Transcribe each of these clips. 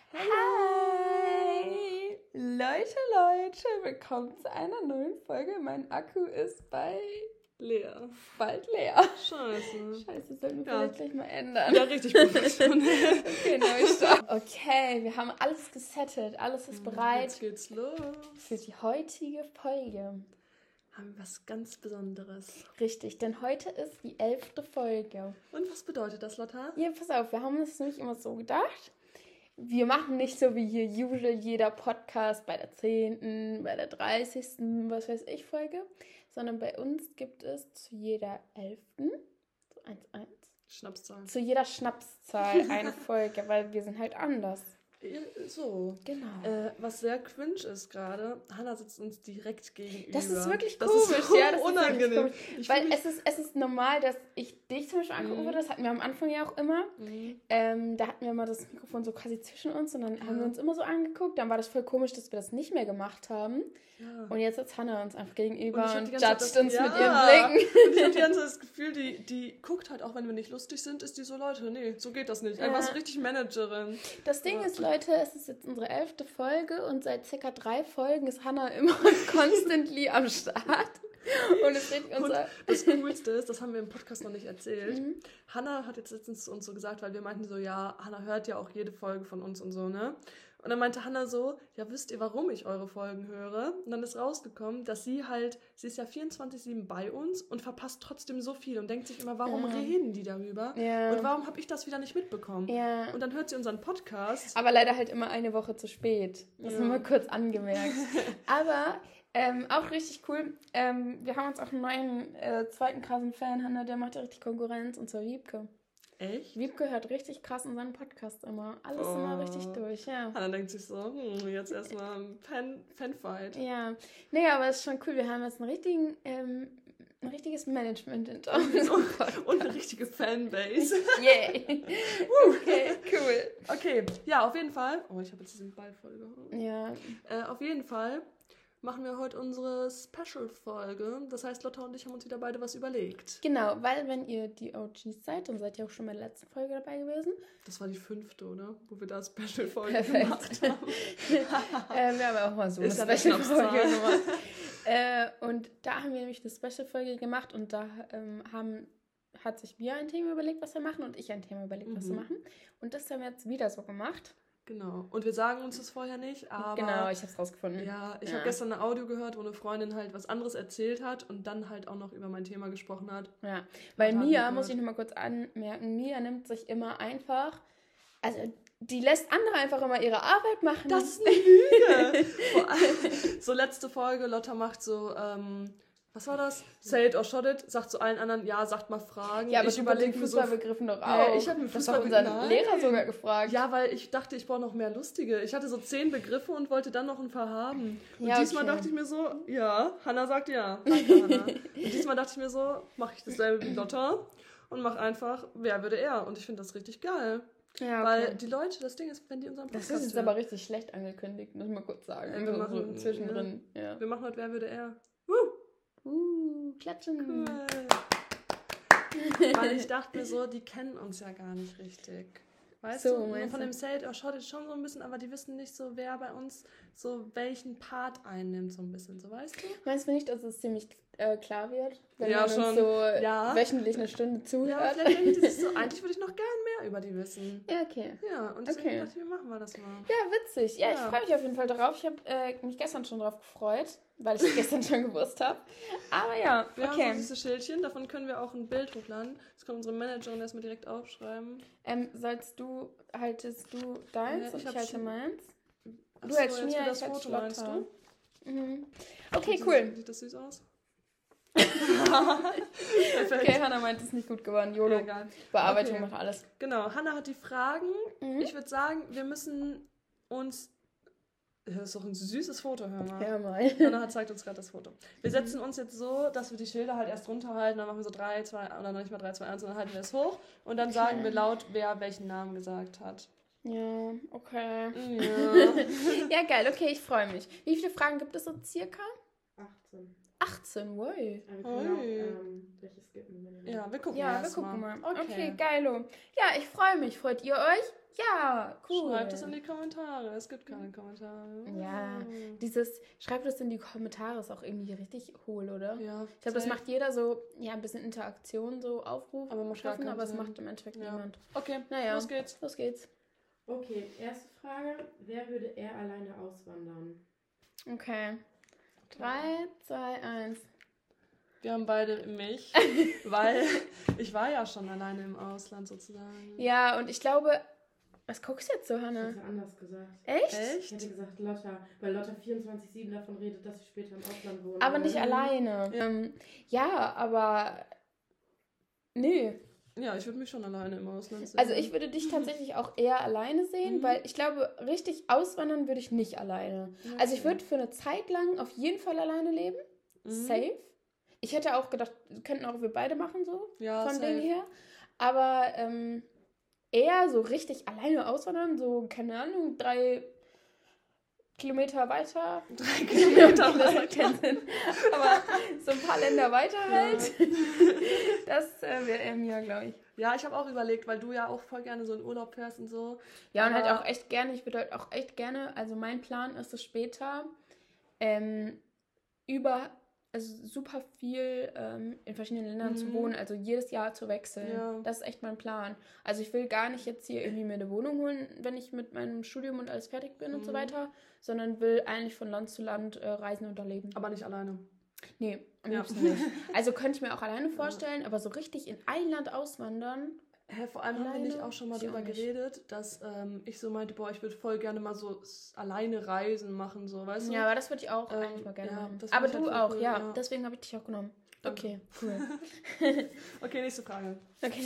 Hi! Leute, willkommen zu einer neuen Folge. Mein Akku ist bald leer. Scheiße, sollten wir vielleicht gleich mal ändern. Ja, richtig gut. Okay, Neustart. Okay, wir haben alles gesettet, alles ist bereit. Jetzt geht's los. Für die heutige Folge. Haben wir was ganz Besonderes. Richtig, denn heute ist die 11. Folge. Und was bedeutet das, Lotta? Ja, pass auf, wir haben uns nämlich immer so gedacht. Wir machen nicht so wie hier usual jeder Podcast bei der 10., bei der 30., was weiß ich, Folge, sondern bei uns gibt es zu jeder 11., so 1-1, Schnapszahl. zu jeder Schnapszahl eine Folge, weil wir sind halt anders. So. Genau. Was sehr cringe ist gerade, Hannah sitzt uns direkt gegenüber. Das ist wirklich das komisch. Ist so ja, das unangenehm. Ist komisch. Weil es ist normal, dass ich dich zum Beispiel angucken würde. Das hatten wir am Anfang ja auch immer. Da hatten wir mal das Mikrofon so quasi zwischen uns und dann haben wir uns immer so angeguckt. Dann war das voll komisch, dass wir das nicht mehr gemacht haben. Ja. Und jetzt sitzt Hannah uns einfach gegenüber und judgt uns mit ihren Blicken. Und ich habe die ganze Zeit das Gefühl, die guckt halt auch, wenn wir nicht lustig sind, ist die so, Leute, nee, so geht das nicht. Einfach so richtig Managerin. Das Ding ist, Leute, es ist jetzt unsere 11. Folge und seit ca. 3 Folgen ist Hannah immer constantly am Start. Und es redet und das Coolste ist, das haben wir im Podcast noch nicht erzählt. Hannah hat jetzt letztens zu uns so gesagt, weil wir meinten so, ja, Hannah hört ja auch jede Folge von uns und so, ne? Und dann meinte Hannah so, ja, wisst ihr, warum ich eure Folgen höre? Und dann ist rausgekommen, dass sie ist ja 24/7 bei uns und verpasst trotzdem so viel und denkt sich immer, warum reden die darüber? Ja. Und warum habe ich das wieder nicht mitbekommen? Ja. Und dann hört sie unseren Podcast. Aber leider halt immer eine Woche zu spät. Das ist nur kurz angemerkt. Aber auch richtig cool. Wir haben uns auch einen neuen zweiten krassen Fan, Hannah, der macht ja richtig Konkurrenz, und zwar Wiebke. Echt? Wiebke hört richtig krass in seinen Podcast immer. Alles immer richtig durch, ja. Hannah denkt sich so, jetzt erstmal ein Fanfight. Ja. Nee, aber es ist schon cool. Wir haben jetzt ein richtiges Management hinter uns. Und eine richtige Fanbase. Yay. Okay, cool. Okay, ja, auf jeden Fall. Oh, ich habe jetzt diesen Ball voll gehauen. Ja. Auf jeden Fall machen wir heute unsere Special-Folge. Das heißt, Lotta und ich haben uns wieder beide was überlegt. Genau, weil wenn ihr die OGs seid, dann seid ihr auch schon bei der letzten Folge dabei gewesen. Das war die 5., oder? Wo wir da Special-Folge gemacht haben. Wir haben auch mal so eine Special-Folge gemacht. Und da haben wir nämlich eine Special-Folge gemacht und da hat sich Bia ein Thema überlegt, was wir machen, und ich ein Thema überlegt, was wir machen. Und das haben wir jetzt wieder so gemacht. Genau. Und wir sagen uns das vorher nicht, aber... Genau, ich habe es rausgefunden. Ja, ich habe gestern ein Audio gehört, wo eine Freundin halt was anderes erzählt hat und dann halt auch noch über mein Thema gesprochen hat. Ja, weil Mia, muss ich nochmal kurz anmerken, Mia nimmt sich immer einfach... Also, die lässt andere einfach immer ihre Arbeit machen. Das ist eine Lüge! So, letzte Folge, Lotta macht so... was war das? Say it or shot it. Sagt zu allen anderen, ja, sagt mal Fragen. Ja, aber ich überlege den Fußballbegriffen doch auch. Ich habe das hat unseren Lehrer sogar gefragt. Ja, weil ich dachte, ich brauche noch mehr lustige. Ich hatte so 10 Begriffe und wollte dann noch ein paar haben. Und diesmal dachte ich mir so, ja, Hannah sagt ja. Danke, Hannah. Und diesmal dachte ich mir so, mache ich dasselbe wie Lotta und mache einfach, wer würde er? Und ich finde das richtig geil. Ja, okay. Weil die Leute, das Ding ist, wenn die unseren Podcast Das ist jetzt aber richtig schlecht angekündigt, muss ich mal kurz sagen. Ja, wir machen so zwischendrin. Ja. Wir machen heute, wer würde er? Klatschen. Cool. Weil ich dachte mir so, die kennen uns ja gar nicht richtig. Weißt du? Von dem Say it or shot it schon so ein bisschen, aber die wissen nicht so, wer bei uns so welchen Part einnimmt, so ein bisschen, so, weißt du? Meinst du nicht, dass es ziemlich klar wird, wenn man uns so wöchentlich eine Stunde zuhört? Ja, vielleicht denke ich, das ist so, eigentlich würde ich noch gern mehr über die wissen. Ja, okay. Ja, und deswegen dachte ich, machen wir das mal. Ja, witzig. Ja, ich freue mich auf jeden Fall darauf. Ich habe mich gestern schon drauf gefreut, weil ich gestern schon gewusst habe. Aber ja, wir haben so diese Schildchen, davon können wir auch ein Bild hochladen. Das kann unsere Managerin erstmal direkt aufschreiben. Haltest du deins und ich halte meins? Du hältst mir das Foto, meinst du? Okay, cool. Sieht das süß aus? Okay, Hannah meint, es ist nicht gut geworden. YOLO. Ja, Bearbeitung macht alles. Genau, Hannah hat die Fragen. Ich würde sagen, wir müssen uns... Das ist doch ein süßes Foto, hör mal. Ja, mal. Hannah zeigt uns gerade das Foto. Wir setzen uns jetzt so, dass wir die Schilder halt erst runterhalten, dann machen wir so 3, 2, oder noch nicht mal 3, 2, 1, sondern halten wir es hoch und dann sagen wir laut, wer welchen Namen gesagt hat. Ja, okay. Ja, ja, geil, okay, ich freue mich. Wie viele Fragen gibt es so circa? 18. 18, wow. Welche skippen wir? Ja, wir gucken mal. Okay, geilo. Ja, ich freue mich. Freut ihr euch? Ja, cool. Schreibt es in die Kommentare. Es gibt keine Kommentare. Ja, schreibt das in die Kommentare, ist auch irgendwie richtig hohl, oder? Ja. Ich glaube, das macht jeder so, ein bisschen Interaktion, so Aufruf aber schaffen, aber es macht im Endeffekt niemand. Okay, los geht's. Los geht's. Okay, erste Frage. Wer würde eher alleine auswandern? Okay. 3, 2, 1. Wir haben beide mich, weil ich war ja schon alleine im Ausland sozusagen. Ja, und ich glaube, was guckst du jetzt so, Hanne? Ich hätte anders gesagt. Echt? Ich hätte gesagt Lotta, weil Lotta 24/7 davon redet, dass sie später im Ausland wohnt. Aber nicht alleine. Ja, aber nö. Ja, ich würde mich schon alleine im Ausland sehen. Also ich würde dich tatsächlich auch eher alleine sehen, weil ich glaube, richtig auswandern würde ich nicht alleine. Okay. Also ich würde für eine Zeit lang auf jeden Fall alleine leben. Safe. Ich hätte auch gedacht, könnten auch wir beide machen so, von Ding her. Aber eher so richtig alleine auswandern, so, keine Ahnung, 3 Kilometer weiter. 3 Kilometer weiter. Aber so ein paar Länder weiter halt. Das wäre eher mir, glaube ich. Ja, ich habe auch überlegt, weil du ja auch voll gerne so in Urlaub fährst und so. Ja, und halt auch echt gerne, ich würde halt auch echt gerne, also mein Plan ist es später, super viel in verschiedenen Ländern zu wohnen, also jedes Jahr zu wechseln. Ja. Das ist echt mein Plan. Also ich will gar nicht jetzt hier irgendwie mir eine Wohnung holen, wenn ich mit meinem Studium und alles fertig bin und so weiter, sondern will eigentlich von Land zu Land reisen und erleben. Aber nicht alleine. Nee, am liebsten nicht. Also könnte ich mir auch alleine vorstellen, aber so richtig in ein Land auswandern. Vor allem haben wir nicht auch schon mal drüber geredet, dass ich so meinte, ich würde voll gerne mal so alleine Reisen machen, so, weißt du? Ja, aber das würde ich auch eigentlich mal gerne machen. Aber du halt auch, cool, ja. Deswegen habe ich dich auch genommen. Okay, cool. Okay, nächste Frage.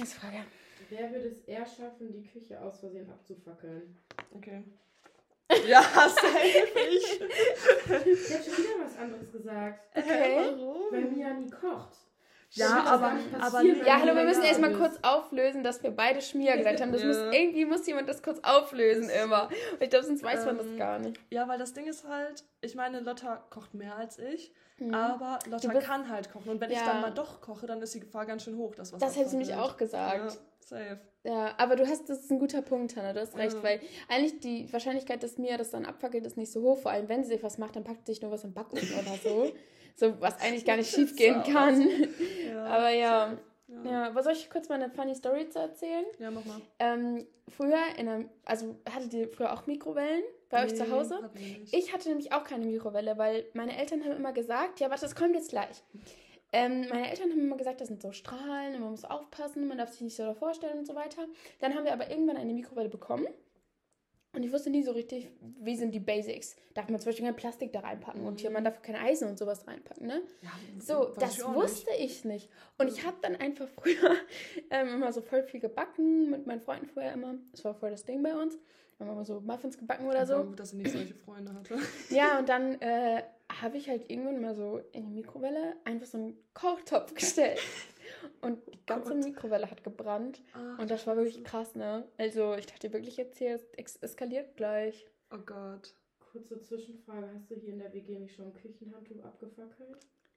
Wer würde es eher schaffen, die Küche aus Versehen abzufackeln? Okay. Ja, safe ich. Ich habe schon wieder was anderes gesagt. Okay. Warum? Weil Mia nie kocht. Ja, aber hallo, wir müssen erstmal kurz auflösen, dass wir beide Schmier gesagt haben. Irgendwie muss jemand das kurz auflösen immer. Und ich glaube, sonst weiß man das gar nicht. Ja, weil das Ding ist halt, ich meine, Lotta kocht mehr als ich, aber Lotta kann halt kochen. Und wenn ich dann mal doch koche, dann ist die Gefahr ganz schön hoch, dass was das hätte sie mich auch gesagt. Ja, safe. Ja, aber das ist ein guter Punkt, Hannah, du hast recht, weil eigentlich die Wahrscheinlichkeit, dass Mia das dann abfackelt, ist nicht so hoch. Vor allem, wenn sie sich was macht, dann packt sie sich nur was im Backofen oder so. So, was eigentlich gar nicht schief gehen kann. Ja, aber ja. Was soll ich kurz mal eine funny Story zu erzählen? Ja, mach mal. Früher hattet ihr früher auch Mikrowellen bei euch zu Hause? Ich hatte nämlich auch keine Mikrowelle, weil meine Eltern haben immer gesagt, ja, warte, das kommt jetzt gleich. Meine Eltern haben immer gesagt, das sind so Strahlen, man muss aufpassen, man darf sich nicht so davor stellen und so weiter. Dann haben wir aber irgendwann eine Mikrowelle bekommen. Und ich wusste nie so richtig, wie sind die Basics. Darf man zum Beispiel kein Plastik da reinpacken und hier, man darf kein Eisen und sowas reinpacken, ne? Ja, so, das wusste ich nicht. Und ich habe dann einfach früher immer so voll viel gebacken, mit meinen Freunden vorher immer. Das war voll das Ding bei uns. Wir haben immer so Muffins gebacken oder so. Gut, dass sie nicht solche Freunde hatte. Ja, und dann habe ich halt irgendwann mal so in die Mikrowelle einfach so einen Kochtopf gestellt. Und die ganze Mikrowelle hat gebrannt. Und das war wirklich krass, ne? Also ich dachte wirklich jetzt hier, es eskaliert gleich. Oh Gott. Kurze Zwischenfrage, hast du hier in der WG nicht schon ein Küchenhandtuch abgefackelt?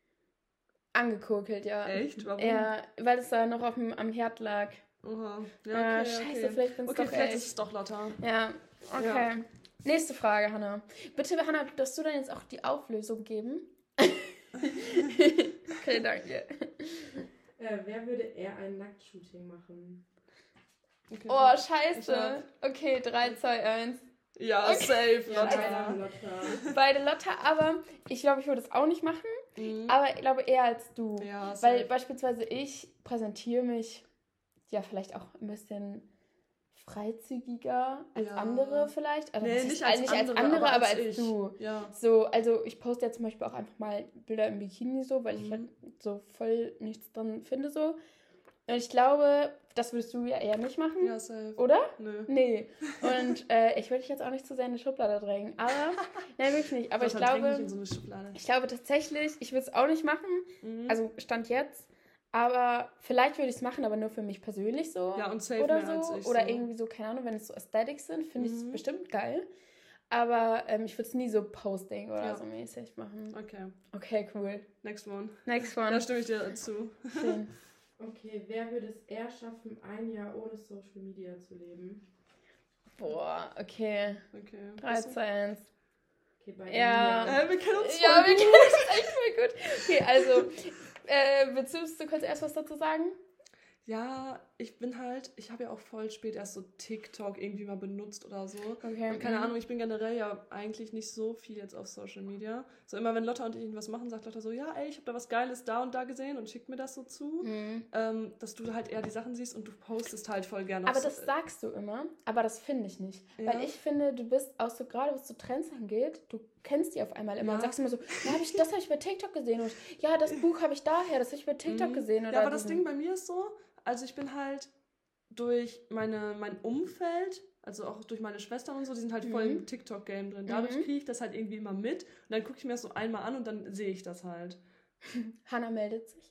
Angekokelt, ja. Echt? Warum? Ja, weil es da noch am Herd lag. Oha. Ja, okay, scheiße, vielleicht bin es doch vielleicht ist es doch Lotta. Ja, okay. Ja. Nächste Frage, Hannah. Bitte, Hannah, darfst du dann jetzt auch die Auflösung geben? Okay, danke. Wer würde eher ein Nacktshooting machen? Okay, scheiße. Okay, 3, 2, 1. Ja, okay. Safe, Lotta. Ja, beide Lotta, aber ich glaube, ich würde es auch nicht machen. Aber ich glaube eher als du. Ja, weil beispielsweise ich präsentiere mich ja vielleicht auch ein bisschen freizügiger als andere vielleicht. Also nicht als andere, aber als du. Ja. So, also ich poste ja zum Beispiel auch einfach mal Bilder im Bikini so, weil ich halt so voll nichts dran finde so. Und ich glaube, das würdest du ja eher nicht machen. Ja, safe. Oder? Nö. Nee. Und ich würde dich jetzt auch nicht zu sehr in eine Schublade drängen. Aber, nein, wirklich nicht. Aber ich glaube, ich glaube tatsächlich, ich würde es auch nicht machen. Also Stand jetzt. Aber vielleicht würde ich es machen, aber nur für mich persönlich so. Ja, und safe oder mehr so. als ich Oder so. irgendwie so, keine Ahnung, wenn es so Aesthetics sind, finde ich es bestimmt geil. Aber ich würde es nie so Posting oder so mäßig machen. Okay. Okay, cool. Next one. Da stimme ich dir zu. Schön. Okay, wer würde es eher schaffen, ein Jahr ohne Social Media zu leben? Boah, okay. Okay. 3, 2, 1. Okay, bei Ja. Emilia. Wir kennen uns Ja, voll wir gut. kennen uns echt voll gut. Okay, also, willst du kurz erst was dazu sagen? Ja, ich habe ja auch voll spät erst so TikTok irgendwie mal benutzt oder so. Okay. Und keine Ahnung, ich bin generell ja eigentlich nicht so viel jetzt auf Social Media. So immer, wenn Lotta und ich irgendwas machen, sagt Lotta so, ja, ey, ich habe da was Geiles da und da gesehen und schickt mir das so zu. Dass du halt eher die Sachen siehst und du postest halt voll gerne. Aber das sagst du immer, aber das finde ich nicht. Ja. Weil ich finde, du bist auch so, gerade was so Trends angeht, du kennst die auf einmal immer Ja. und sagst immer so, ja, das habe ich bei TikTok gesehen und ja, das Buch habe ich daher, das habe ich bei TikTok gesehen. Oder Ja, aber das Ding bei mir ist so, also ich bin halt durch mein Umfeld, also auch durch meine Schwestern und so, die sind halt voll im TikTok-Game drin. Dadurch kriege ich das halt irgendwie immer mit und dann gucke ich mir das so einmal an und dann sehe ich das halt. Hannah meldet sich.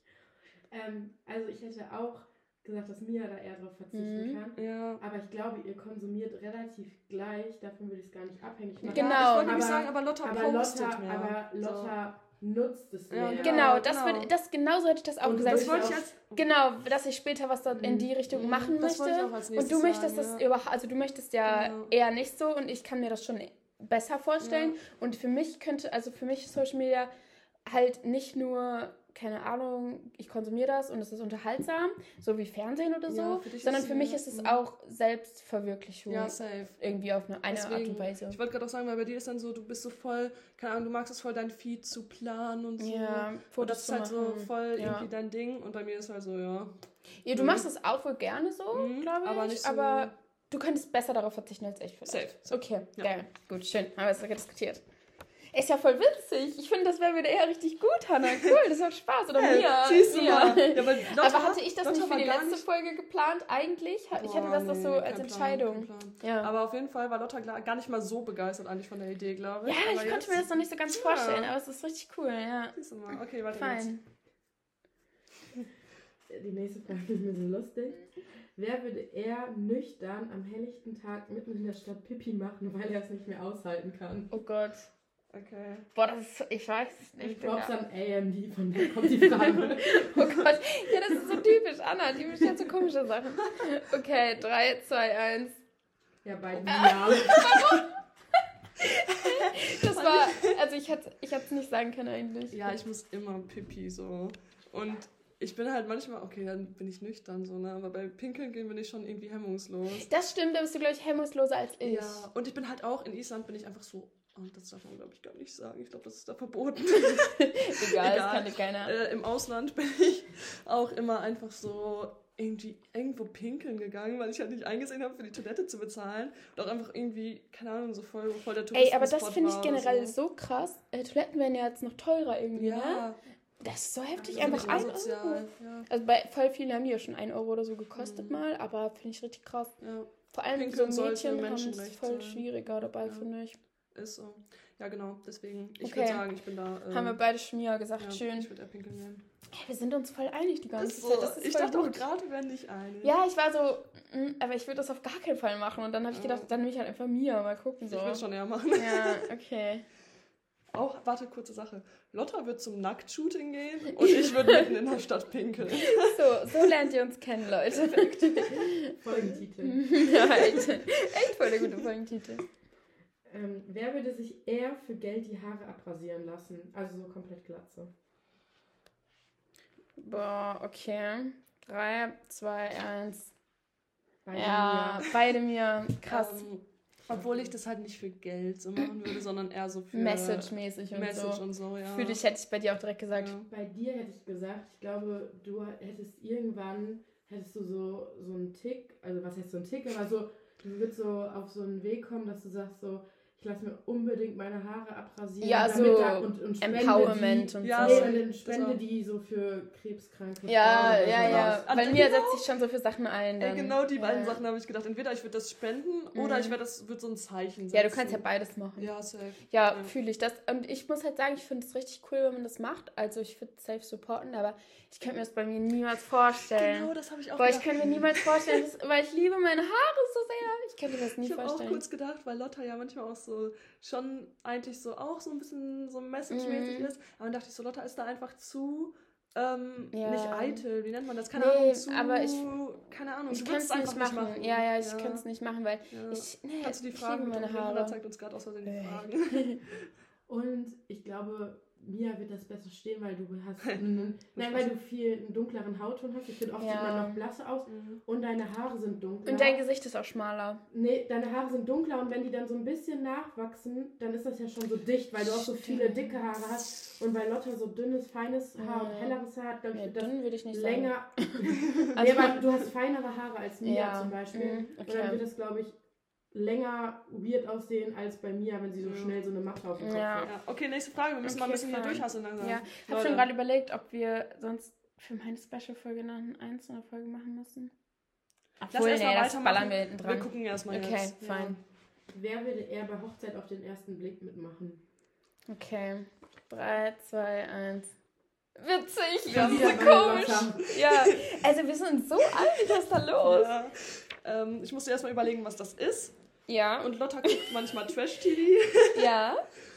Also ich hätte auch gesagt, dass Mia da eher drauf verzichten kann. Ja. Aber ich glaube, ihr konsumiert relativ gleich. Davon würde ich es gar nicht abhängig machen. Genau. Ich wollte nämlich sagen, aber Lotta Aber postet mehr. Aber Lotta nutzt es Ja, mehr. Genau, genau. genauso hätte ich das auch Und gesagt. Das wollte ich als... Genau, dass ich später was dort in die Richtung machen das wollte ich möchte. auch als Und nächstes du möchtest sagen, das ja. überhaupt, also du möchtest ja Genau. eher nicht so und ich kann mir das schon besser vorstellen. Und für mich ist Social Media halt nicht nur, keine Ahnung, ich konsumiere das und es ist unterhaltsam, so wie Fernsehen oder so, Ja, für dich sondern ist für mich es, ist es auch Selbstverwirklichung. Ja, safe. Irgendwie auf eine Art und Weise. Ich wollte gerade auch sagen, weil bei dir ist dann so, du bist so voll, keine Ahnung, du magst es voll, dein Feed zu planen und so. Ja, und Fotos das ist zu halt so machen. voll Ja. irgendwie dein Ding und bei mir ist halt so, ja. Ja, du machst es auch wohl gerne so, glaube ich, aber nicht so- aber du könntest besser darauf verzichten als ich vielleicht. Safe. Okay, Ja. geil. Gut, schön. Haben wir es diskutiert. Ist ja voll witzig. Ich finde, das wäre wieder eher richtig gut, Hannah. Cool, das macht Spaß. Oder Mia. Siehst du Mia. mal. Ja, aber Lotta- Aber hatte ich das Lotta nicht für war die gar letzte nicht- Folge geplant eigentlich? Ich hätte das doch so nee, als kein Entscheidung. Plan, kein Plan. Ja. Aber auf jeden Fall war Lotta gar nicht mal so begeistert eigentlich von der Idee, glaube ich. Ja, aber ich konnte mir das noch nicht so ganz vorstellen, aber es ist richtig cool, ja. Siehst du mal. Okay, weiter geht's. Fein. Die nächste Frage ist mir so lustig. Wer würde eher nüchtern am helllichten Tag mitten in der Stadt Pipi machen, weil er es nicht mehr aushalten kann? Oh Gott. Okay. Boah, ich weiß es nicht. Ich Props an AMD, von der kommt die Frage. Oh Gott. Ja, das ist so typisch, Anna. Die bestellt so komische Sachen. Okay, 3, 2, 1. Ja, beiden ja. Das war, also ich hätte es nicht sagen können eigentlich. Ja, ich muss immer Pipi so. Und ich bin halt manchmal, okay, dann bin ich nüchtern so, ne? Aber bei Pinkeln gehen bin ich schon irgendwie hemmungslos. Das stimmt, da bist du, glaube ich, hemmungsloser als ich. Ja, und ich bin halt auch, in Island bin ich einfach so, und das darf man, glaube ich, gar nicht sagen. Ich glaube, das ist da verboten. Egal, das kann dir keiner. Im Ausland bin ich auch immer einfach so irgendwo pinkeln gegangen, weil ich halt nicht eingesehen habe, für die Toilette zu bezahlen. Und auch einfach irgendwie, keine Ahnung, so voll der Touristenspot. Ey, aber das finde ich war generell oder so krass. Toiletten werden ja jetzt noch teurer irgendwie, ne? Ja, Das ist so heftig, das einfach finde ich 1 asozial, Euro. ja. Also bei voll vielen haben die ja schon 1 Euro oder so gekostet mal, aber finde ich richtig krass. Ja, Vor allem Pinkeln so sollte Mädchen haben es Menschenrecht voll sein. schwieriger dabei, finde ich. ist so. Ja, genau, deswegen. Ich Okay. würde sagen, ich bin da. Haben wir beide schon ja gesagt, ja, schön. Ich würde pinkeln gehen. Hey, wir sind uns voll einig die ganze Ist so. Zeit. Das ist Ich voll dachte auch gut. gerade, wir wären nicht einig. Ja, ich war so, aber ich würde das auf gar keinen Fall machen. Und dann habe ich gedacht, dann nehme ich halt einfach Mia, mal gucken so. Ich will schon eher machen. Ja, okay. Auch, warte, kurze Sache. Lotta wird zum Nacktshooting gehen und ich würde mitten in der Stadt pinkeln. So lernt ihr uns kennen, Leute. Folgentitel. Ja, echt voll der gute Folgentitel. Wer würde sich eher für Geld die Haare abrasieren lassen? Also so komplett Glatze. Boah, okay. 3, 2, 1. Beide Ja, beide mir. Krass. Obwohl ich das halt nicht für Geld so machen würde, sondern eher so für Message-mäßig und Message so. und so, ja. Für dich hätte ich bei dir auch direkt gesagt. Ja. Bei dir hätte ich gesagt, ich glaube, du hättest du so einen Tick, also was heißt so ein Tick, aber so, du würdest so auf so einen Weg kommen, dass du sagst so, ich lasse mir unbedingt meine Haare abrasieren. Ja, damit so und spende Empowerment die, und Ja, so. Nee, und dann spende so. die so für krebskranke Ja, Frauen oder ja, ja. sowas. Bei Also mir genau. setzt sich schon so für Sachen ein. Ey, Dann. genau die beiden Ja. Sachen habe ich gedacht. Entweder ich würde das spenden oder ich würde so ein Zeichen setzen. Ja, du kannst ja beides machen. Ja, safe. Ja, fühle ich das. Und ich muss halt sagen, ich finde es richtig cool, wenn man das macht. Also ich würde safe supporten, aber ich könnte mir das bei mir niemals vorstellen. Genau, das habe ich auch Boah, ich gedacht. könnte mir niemals vorstellen, weil ich liebe meine Haare so sehr. Ich könnte mir das nie Ich habe auch vorstellen. kurz gedacht, weil Lotta ja manchmal auch so schon eigentlich so auch so ein bisschen so message-mäßig ist. Aber dann dachte ich so, Lotta ist da einfach zu nicht eitel, wie nennt man das? Keine Ahnung, keine Ahnung, ich kann es nicht machen. Ja, ich kann es nicht machen, weil kannst du die Fragen meine Haare. Hannah zeigt uns gerade aus Versehen die Fragen. Und ich glaube, Mia wird das besser stehen, weil du hast weil du einen dunkleren Hautton hast. Ich finde, oft sieht man noch blasser aus und deine Haare sind dunkler. Und dein Gesicht ist auch schmaler. Nee, deine Haare sind dunkler und wenn die dann so ein bisschen nachwachsen, dann ist das ja schon so dicht, weil du auch so viele dicke Haare hast. Und weil Lotta so dünnes, feines Haar und helleres Haar hat, glaube ich, dünn würde ich nicht länger. Also, aber du hast feinere Haare als Mia zum Beispiel. Okay. Und dann wird das, glaube ich, länger weird aussehen als bei Mia, wenn sie so schnell so eine Matte auf dem Kopf hat. Ja. Okay, nächste Frage. Wir müssen mal ein bisschen hier durchhasseln langsam. Ja, ich habe schon gerade überlegt, ob wir sonst für meine Special-Folge noch eine einzelne Folge machen müssen. Lass erst mal das ballern wir hinten dran. Wir gucken erstmal jetzt. Okay, fein. Wer würde eher bei Hochzeit auf den ersten Blick mitmachen? Okay. 3, 2, 1. Witzig, das ist so komisch. Ja, also wir sind so alt, was ist da los? Ja. Ich musste erstmal überlegen, was das ist. Ja. Und Lotta guckt manchmal Trash-TV. Ja.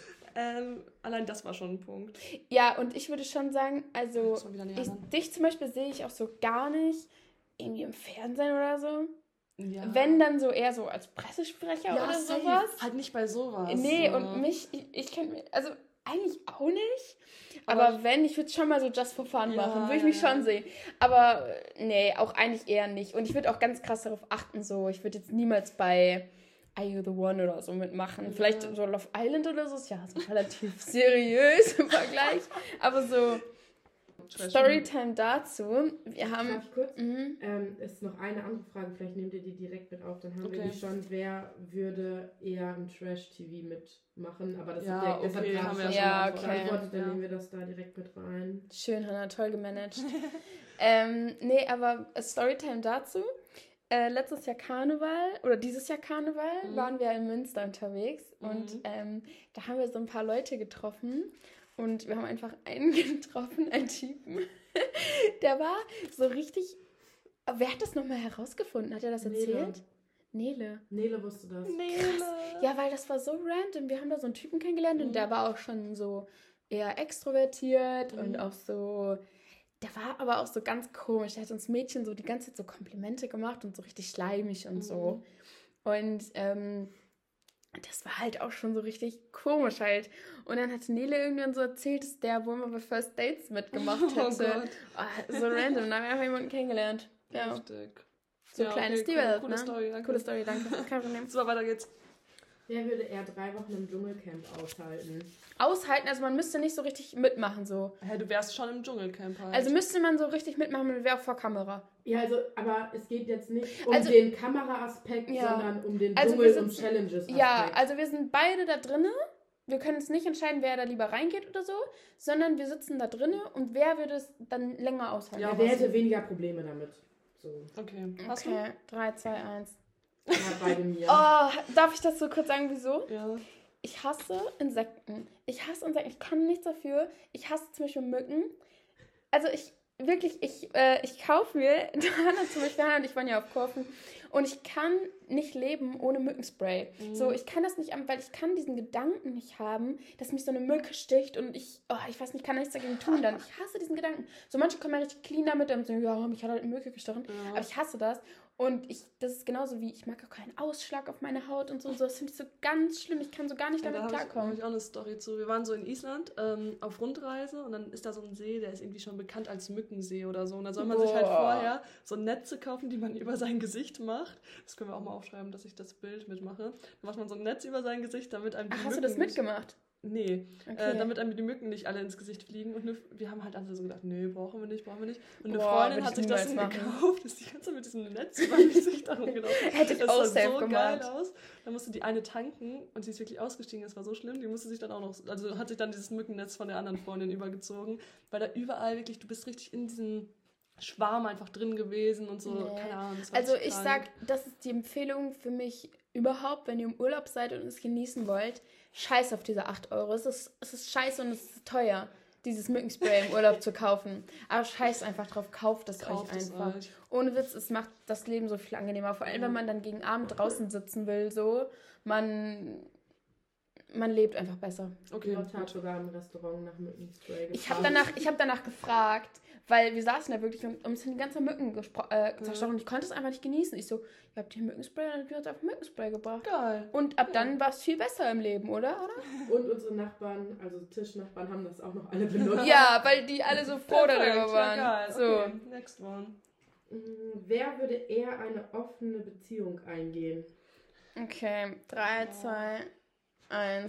Allein das war schon ein Punkt. Ja, und ich würde schon sagen, also dich zum Beispiel sehe ich auch so gar nicht irgendwie im Fernsehen oder so. Ja. Wenn dann so eher so als Pressesprecher oder sowas. Halt nicht bei sowas. Nee, und ich kann mir, also eigentlich auch nicht. Aber wenn, ich würde schon mal so just for fun machen, würde ich mich schon sehen. Aber nee, auch eigentlich eher nicht. Und ich würde auch ganz krass darauf achten, so, ich würde jetzt niemals bei Are You the One oder so mitmachen. Vielleicht so Love Island oder so, ist ja so relativ seriös im Vergleich. Aber so Storytime dazu. Wir haben. Darf ich kurz? Ist noch eine andere Frage, vielleicht nehmt ihr die direkt mit auf, dann haben wir die schon. Wer würde eher im Trash-TV mitmachen? Aber das ist direkt, deshalb haben wir ja schon beantwortet, dann nehmen wir das da direkt mit rein. Schön, Hannah, toll gemanagt. Nee, aber Storytime dazu. Letztes Jahr Karneval, oder dieses Jahr Karneval, waren wir in Münster unterwegs und da haben wir so ein paar Leute getroffen. Und wir haben einfach einen getroffen, einen Typen. Der war so richtig... Wer hat das nochmal herausgefunden? Hat er das erzählt? Nele wusste das. Krass. Ja, weil das war so random. Wir haben da so einen Typen kennengelernt und der war auch schon so eher extrovertiert und auch so... Der war aber auch so ganz komisch. Der hat uns Mädchen so die ganze Zeit so Komplimente gemacht und so richtig schleimig und so. Und das war halt auch schon so richtig komisch halt. Und dann hat Nele irgendwann so erzählt, dass der wohl mal bei First Dates mitgemacht hätte. So random. Und dann haben wir einfach jemanden kennengelernt. Ja. Richtig. So ein kleines Develop, coole Story, danke. Coole Story, danke. Kein Problem. So, weiter geht's. Wer würde eher 3 Wochen im Dschungelcamp aushalten? Aushalten? Also man müsste nicht so richtig mitmachen so. Du wärst schon im Dschungelcamp halt. Also müsste man so richtig mitmachen, man wäre auch vor Kamera. Ja, also, aber es geht jetzt nicht um den Kameraaspekt, sondern um den Dschungel- und Challenges-Aspekt. Ja, also wir sind beide da drinnen. Wir können uns nicht entscheiden, wer da lieber reingeht oder so, sondern wir sitzen da drinnen und wer würde es dann länger aushalten? Ja, wer hätte weniger Probleme damit? So. Okay. 3, 2, 1. Ja, beide mir. Oh, darf ich das so kurz sagen, wieso? Ja. Ich hasse Insekten. Ich kann nichts dafür. Ich hasse zum Beispiel Mücken. Also ich kaufe mir, Hannah zum Beispiel, Hannah und ich waren ja auf Kurven, und ich kann nicht leben ohne Mückenspray. So, ich kann das nicht, weil ich kann diesen Gedanken nicht haben, dass mich so eine Mücke sticht und ich weiß nicht, kann nichts dagegen tun dann. Ich hasse diesen Gedanken. So, manche kommen ja richtig clean damit und sagen, ja, mich hat halt eine Mücke gestochen. Ja. Aber ich hasse das. Und das ist genauso wie, ich mag auch keinen Ausschlag auf meine Haut und so. Das finde ich so ganz schlimm. Ich kann so gar nicht damit klarkommen. Da habe ich auch eine Story zu. Wir waren so in Island auf Rundreise und dann ist da so ein See, der ist irgendwie schon bekannt als Mückensee oder so. Und da soll man sich halt vorher so Netze kaufen, die man über sein Gesicht macht. Das können wir auch mal aufschreiben, dass ich das Bild mitmache. Dann macht man so ein Netz über sein Gesicht, damit einem die Mücken... Hast du das mitgemacht? Nee, damit einem die Mücken nicht alle ins Gesicht fliegen. Und wir haben halt alle so gedacht, nee, brauchen wir nicht. Und eine Freundin hat sich das gekauft, ist die ganze Zeit mit diesem Netz über dem Gesicht herumgelaufen. Hätte ich auch safe gemacht. Das sah so geil aus. Dann musste die eine tanken und sie ist wirklich ausgestiegen. Das war so schlimm. Die musste sich dann auch noch, also hat sich dann dieses Mückennetz von der anderen Freundin übergezogen. Weil da überall wirklich, du bist richtig in diesem Schwarm einfach drin gewesen und so. Nee. Keine Ahnung. Also ich sag, das ist die Empfehlung für mich überhaupt, wenn ihr im Urlaub seid und es genießen wollt. Scheiß auf diese 8 Euro. Es ist scheiße und es ist teuer, dieses Mückenspray im Urlaub zu kaufen. Aber scheiß einfach drauf, kauft es euch einfach. Ohne Witz, es macht das Leben so viel angenehmer. Vor allem, wenn man dann gegen Abend draußen sitzen will, so. man lebt einfach besser. Okay, Lotta hat sogar im Restaurant nach Mückenspray gefragt. Ich hab danach gefragt, weil wir saßen da wirklich und uns sind die ganzen Mücken zerstochen und ich konnte es einfach nicht genießen. Ich so, ihr habt hier Mückenspray, dann habt ihr uns einfach Mückenspray gebracht. Geil. Und ab dann war es viel besser im Leben, oder? Und unsere Nachbarn, also Tischnachbarn, haben das auch noch alle benutzt. Ja, weil die alle so froh darüber waren. Ja, geil. So. Okay, next one. Wer würde eher eine offene Beziehung eingehen? Okay, 3, 2, 1.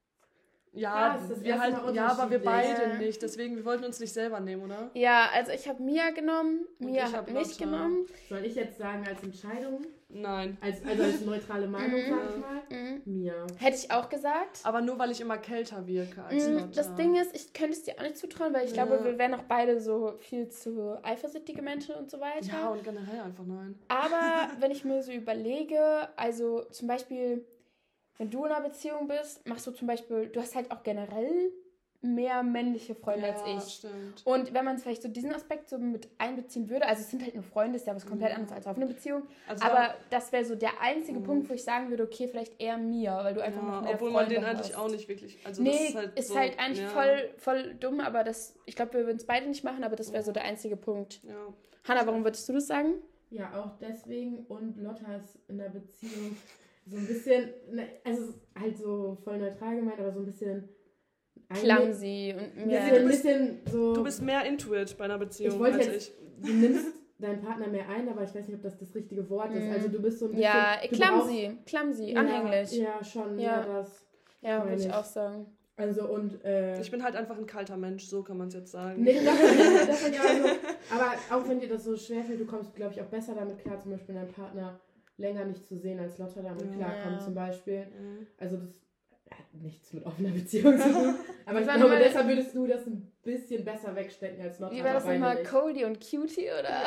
Ja, Krass, das wir ist halt, immer ja, aber wir beide unterschiedlich. nicht. Deswegen, wir wollten uns nicht selber nehmen, oder? Ja, also ich habe Mia genommen, Und Mia ich hat hab mich Lotta. genommen. Soll ich jetzt sagen als Entscheidung? Nein. Also als neutrale Meinung, sag ich mal? Mia. Hätte ich auch gesagt. Aber nur, weil ich immer kälter wirke als Lotta. Das Ding ist, ich könnte es dir auch nicht zutrauen, weil ich glaube, wir wären auch beide so viel zu eifersüchtige Menschen und so weiter. Ja, und generell einfach nein. Aber wenn ich mir so überlege, also zum Beispiel, wenn du in einer Beziehung bist, machst du zum Beispiel, du hast halt auch generell mehr männliche Freunde als ich. Stimmt. Und wenn man vielleicht so diesen Aspekt so mit einbeziehen würde, also es sind halt nur Freunde, ist ja was komplett anderes als auf eine Beziehung, Also aber das wäre so der einzige Punkt, wo ich sagen würde, okay, vielleicht eher mir, weil du einfach noch mehr obwohl Freunde man den eigentlich hast. auch nicht wirklich. Also Nee, das ist halt, so, eigentlich ja. voll dumm, aber das, ich glaube, wir würden es beide nicht machen, aber das wäre so der einzige Punkt. Ja. Hanna, warum würdest du das sagen? Ja, auch deswegen. Und Lotta ist in der Beziehung so ein bisschen, also halt so voll neutral gemeint, aber so ein bisschen Clumsy und mehr. ein bisschen so. Du bist mehr into it bei einer Beziehung ich wollte als jetzt, ich. du nimmst deinen Partner mehr ein, aber ich weiß nicht, ob das das richtige Wort ist. Also du bist so ein bisschen... Ja, du clumsy, brauchst- anhänglich. Ja, schon, Ja. das. Ja, würde meine ich ich. auch sagen. Also und... Ich bin halt einfach ein kalter Mensch, so kann man es jetzt sagen. Nee, das ja also, aber auch wenn dir das so schwerfällt, du kommst, glaube ich, auch besser damit klar, zum Beispiel deinen Partner länger nicht zu sehen, als Lotta damit klarkommt, zum Beispiel. Also das hat nichts mit offener Beziehung zu tun. Aber ich glaube, deshalb würdest du das ein bisschen besser wegstecken als Lotta. Wie war das aber nochmal? beide nicht. Cody und Cutie, oder?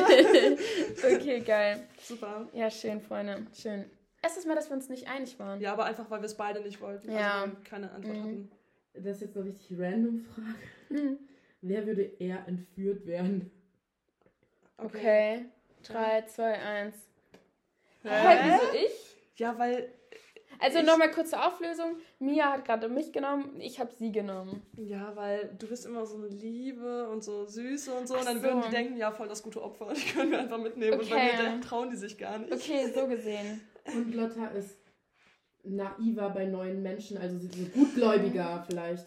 Okay, geil. Super. Ja, schön, Freunde. Schön. Erstes Mal, dass wir uns nicht einig waren. Ja, aber einfach, weil wir es beide nicht wollten. Ja. Also wir keine Antwort hatten. Das ist jetzt eine richtig random Frage. Wer würde eher entführt werden? Okay. 3, 2, 1. Hä? Wieso ich? Ja, weil... Also nochmal kurze Auflösung. Mia hat gerade mich genommen, ich habe sie genommen. Ja, weil du bist immer so eine Liebe und so Süße und so. Ach Und dann so. würden die denken, ja, voll das gute Opfer. Die können wir einfach mitnehmen. Und bei Okay. mir trauen die sich gar nicht. Okay, so gesehen. Und Lotta ist naiver bei neuen Menschen, also sie ist so gutgläubiger vielleicht.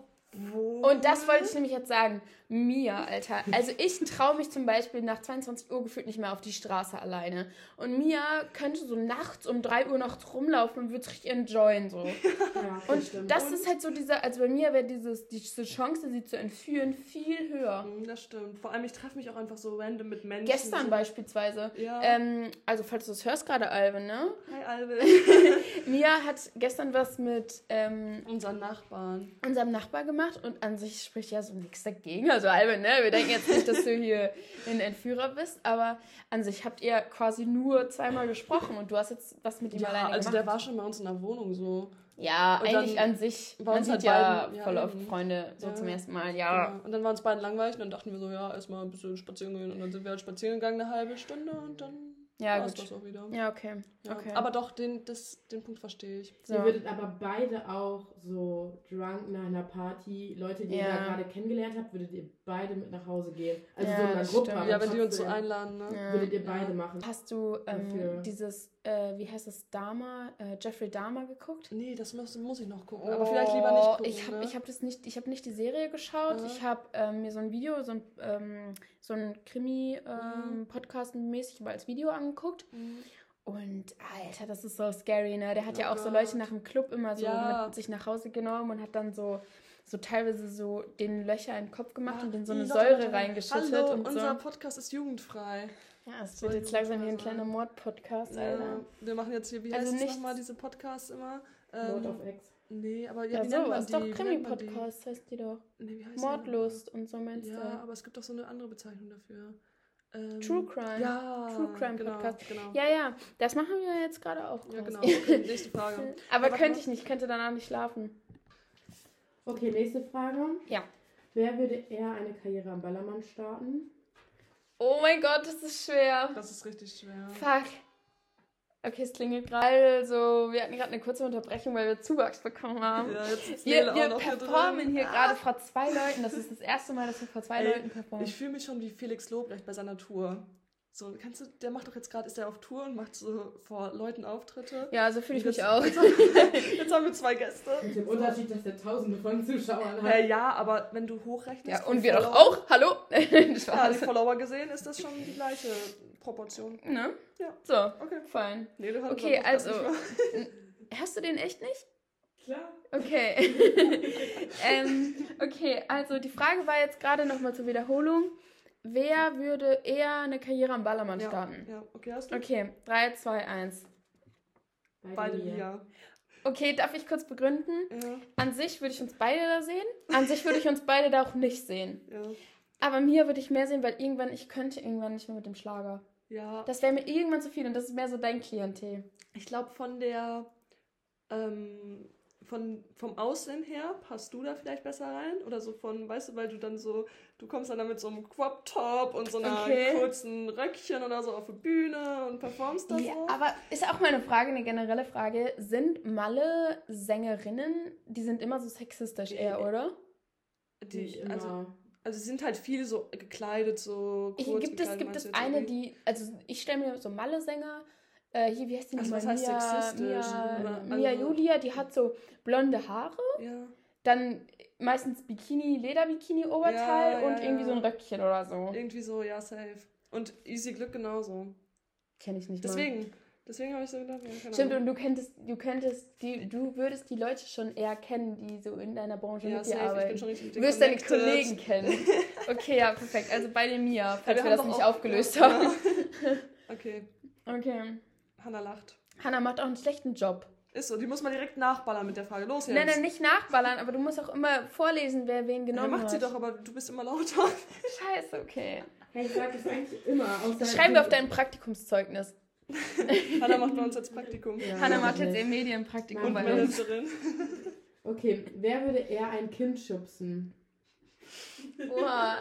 Und das wollte ich nämlich jetzt sagen. Mia, Alter. Also ich traue mich zum Beispiel nach 22 Uhr gefühlt nicht mehr auf die Straße alleine. Und Mia könnte so nachts um 3 Uhr nachts rumlaufen und würde es richtig enjoyen. So. Ja, Und stimmt. das ist halt so also bei mir wäre diese Chance, sie zu entführen, viel höher. Das stimmt. Vor allem, ich treffe mich auch einfach so random mit Menschen. Gestern so. beispielsweise. Ja. Also falls du das hörst gerade, Alvin, ne? Hi, Alvin. Mia hat gestern was mit Unseren Nachbarn. unserem Nachbar gemacht und an sich spricht ja so nichts dagegen. Also Alvin, ne? Wir denken jetzt nicht, dass du hier ein Entführer bist, aber an sich habt ihr quasi nur 2-mal gesprochen und du hast jetzt was mit ihm Ja, alleine also gemacht. der war schon bei uns in der Wohnung so. Ja, Und eigentlich dann an sich, war man uns sieht halt ja beiden- ja, voll oft eben. Freunde so Ja. zum ersten Mal, ja. Genau. Und dann waren uns beiden langweilig und dann dachten wir so, ja, erstmal ein bisschen spazieren gehen. Und dann sind wir halt spazieren gegangen, eine halbe Stunde und dann Ja, war es gut. das auch wieder. Ja, okay. Ja. Okay. Aber doch, den Punkt verstehe ich. So. Ihr würdet aber beide auch so drunk nach einer Party, Leute, die ihr Ja. da gerade kennengelernt habt, würdet ihr beide mit nach Hause gehen. Also Ja, so in einer das Gruppe. stimmt. aber Ja, wenn die uns so trotzdem einladen, ne? Ja. Würdet ihr beide machen. Hast du Dafür. dieses, wie heißt das, Jeffrey Dahmer geguckt? Nee, das muss ich noch gucken. Aber vielleicht lieber nicht gucken. Ich habe ne? ich hab nicht die Serie geschaut. Ja. Ich habe mir so ein Video, so ein Krimi-Podcast mäßig aber als Video angeguckt. Und Alter, das ist so scary, ne? Der hat ja auch so Leute nach dem Club immer so Ja. mit sich nach Hause genommen und hat dann so teilweise so den Löcher in den Kopf gemacht und in so eine Ih, Säure Leute, reingeschüttet Hallo, und unser so. Podcast ist jugendfrei. Ja, es wird jetzt langsam hier ein kleiner Mord-Podcast, Alter. Ja, wir machen jetzt hier, wie Also heißt es nichts- nochmal, diese Podcasts immer? Lord of X. Nee, aber ja, Ja, wie nennt so, man ist die? doch Wie nennt man die? Krimi-Podcast, heißt die doch. Nee, wie heißt die Mordlust und so meinst Ja, du. aber es gibt doch so eine andere Bezeichnung dafür. True Crime. Ja, True Crime genau, Podcast. Genau. Ja, das machen wir jetzt gerade auch. Ja, quasi. genau. Okay, nächste Frage. Aber Aber könnte ich nicht, könnte danach nicht schlafen. Okay, nächste Frage. Ja. Wer würde eher eine Karriere am Ballermann starten? Oh mein Gott, das ist schwer. Das ist richtig schwer. Fuck. Okay, es klingelt gerade. Also, wir hatten gerade eine kurze Unterbrechung, weil wir Zuwachs bekommen haben. Ja, jetzt ist Wir Nele auch noch hier performen drin. hier gerade vor 2 Leuten. Das ist das erste Mal, dass wir vor 2 Leuten performen. Ich fühle mich schon wie Felix Lobrecht bei seiner Tour. So, der macht doch jetzt gerade, ist der auf Tour und macht so vor Leuten Auftritte. Ja, so fühle ich mich Jetzt- auch. Jetzt haben wir 2 Gäste. Mit dem Unterschied, dass der Tausende von Zuschauern hat. Ja, aber wenn du hochrechnest... Ja, die und wir doch Follower- auch. Hallo? Ja, die Spaß. Follower gesehen, ist das schon die gleiche Proportion. Ne? Ja. So, Okay. fein. Nee, du hast Okay, unseren Podcast also- nicht mehr. Hast du den echt nicht? Klar. Okay. Okay, also die Frage war jetzt gerade nochmal zur Wiederholung. Wer würde eher eine Karriere am Ballermann starten? Ja, okay, hast du? Okay, 3, 2, 1. Beide ja. Okay, darf ich kurz begründen? Ja, An sich würde ich uns beide da sehen. An sich würde ich uns beide da auch nicht sehen. ja. Aber mir würde ich mehr sehen, weil ich könnte irgendwann nicht mehr mit dem Schlager. Ja, Das wäre mir irgendwann zu viel und das ist mehr so dein Klientel. ich glaube vom Aussehen her passt du da vielleicht besser rein oder so weißt du, weil du kommst dann da mit so einem Crop-Top und so einer Okay. kurzen Röckchen oder so auf die Bühne und performst da Ja, so. aber ist auch mal eine Frage, eine generelle Frage. Sind Malle-Sängerinnen, die sind immer so sexistisch eher, oder? Nicht immer. Also sie sind halt viel so gekleidet, so kurz Gibt es gekleidet, meinst du jetzt eine, irgendwie? ich stelle mir so Malle-Sänger, hier, wie heißt die Also nochmal? was heißt sexistisch? Mia Also- Julia, die hat so blonde Haare, Ja. dann meistens Leder-Bikini-Oberteil Ja, und ja, irgendwie ja. so ein Röckchen oder so. Irgendwie so, ja, safe. Und Easy Glück genauso. Kenn ich nicht Deswegen habe ich so gedacht, ja, keine Stimmt, Ahnung. und du würdest die Leute schon eher kennen, die so in deiner Branche Ja, mit dir safe, ich bin arbeiten. schon richtig mit Du denen wirst deine connected. Kollegen kennen. Okay, ja, perfekt. Also bei dem Mia, falls wir wir haben das doch nicht auch- aufgelöst ja. haben. Okay, Okay. Hannah lacht. Hannah macht auch einen schlechten Job. Ist so, die muss man direkt nachballern mit der Frage. Los jetzt. Nein, nicht nachballern, aber du musst auch immer vorlesen, wer wen Ja, genommen macht hat. sie doch, aber du bist immer lauter. Scheiße, okay. Hey, ich sag das eigentlich immer. Das schreiben wir auf dein Praktikumszeugnis. Hannah macht bei uns jetzt Praktikum. Ja. Hannah macht nicht. jetzt ihr Medienpraktikum Und bei uns. Managerin. Okay, wer würde eher ein Kind schubsen? Boah.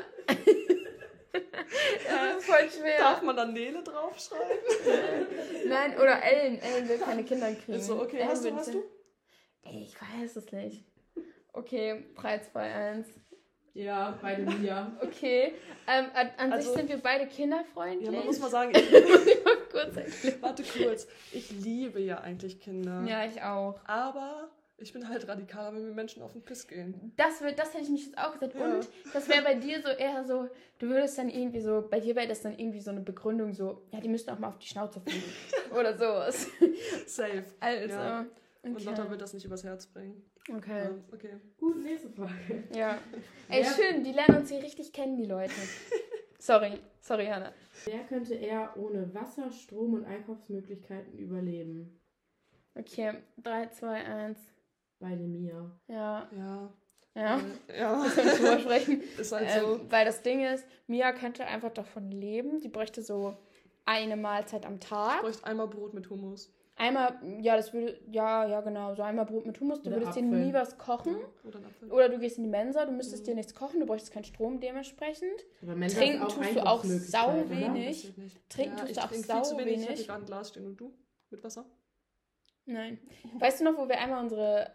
Das ist voll schwer. Darf man dann Nele draufschreiben? Nein, oder Ellen. Ellen will keine Kinder kriegen. Ist so, okay, Ellen hast will- du? Ey, ich weiß es nicht. Okay, 3, 2, 1. Ja, beide Mia. Okay, an Also- sich sind wir beide Ja, kinderfreundlich. man muss mal sagen, Kurz erklären. warte kurz. Ich liebe ja eigentlich Kinder. Ja, ich auch. Aber ich bin halt radikaler, wenn mir Menschen auf den Piss gehen. Das hätte ich mich jetzt auch gesagt. Ja. Und das wäre bei dir so eher so, du würdest dann irgendwie so, bei dir wäre das dann irgendwie so eine Begründung so, ja, die müssten auch mal auf die Schnauze fliegen. Oder sowas. Safe. Also, Ja. Und okay. Lotta wird das nicht übers Herz bringen. Okay. Ja, okay. Gut, nächste Frage. Ja. Ey, Wer- schön, die lernen uns hier richtig kennen, die Leute. Sorry, Hannah. Wer könnte eher ohne Wasser, Strom und Einkaufsmöglichkeiten überleben? Okay, 3, 2, 1. Beide Mia. Ja, Ja. ja. Ja. Müssen wir drüber sprechen. Ist halt so. Weil das Ding ist, Mia könnte einfach davon leben. Die bräuchte so eine Mahlzeit am Ich Tag. bräuchte einmal Brot mit Hummus. Einmal, ja, das würde, ja, genau, so einmal Brot mit Hummus. Du Oder würdest dir Apfel. nie was kochen. Oder ein Apfel. Oder du gehst in die Mensa, du müsstest dir nichts kochen, du bräuchtest keinen Strom dementsprechend. Aber Mensa Trinken ist tust du auch sau Einkaufsmöglichkeit, oder? wenig. Das geht nicht. Trinken tust ich du auch trinke sau viel zu wenig. Ich wenig. habe hier gerade ein Glas stehen. Und du? Mit Wasser? Nein. Weißt du noch, wo wir einmal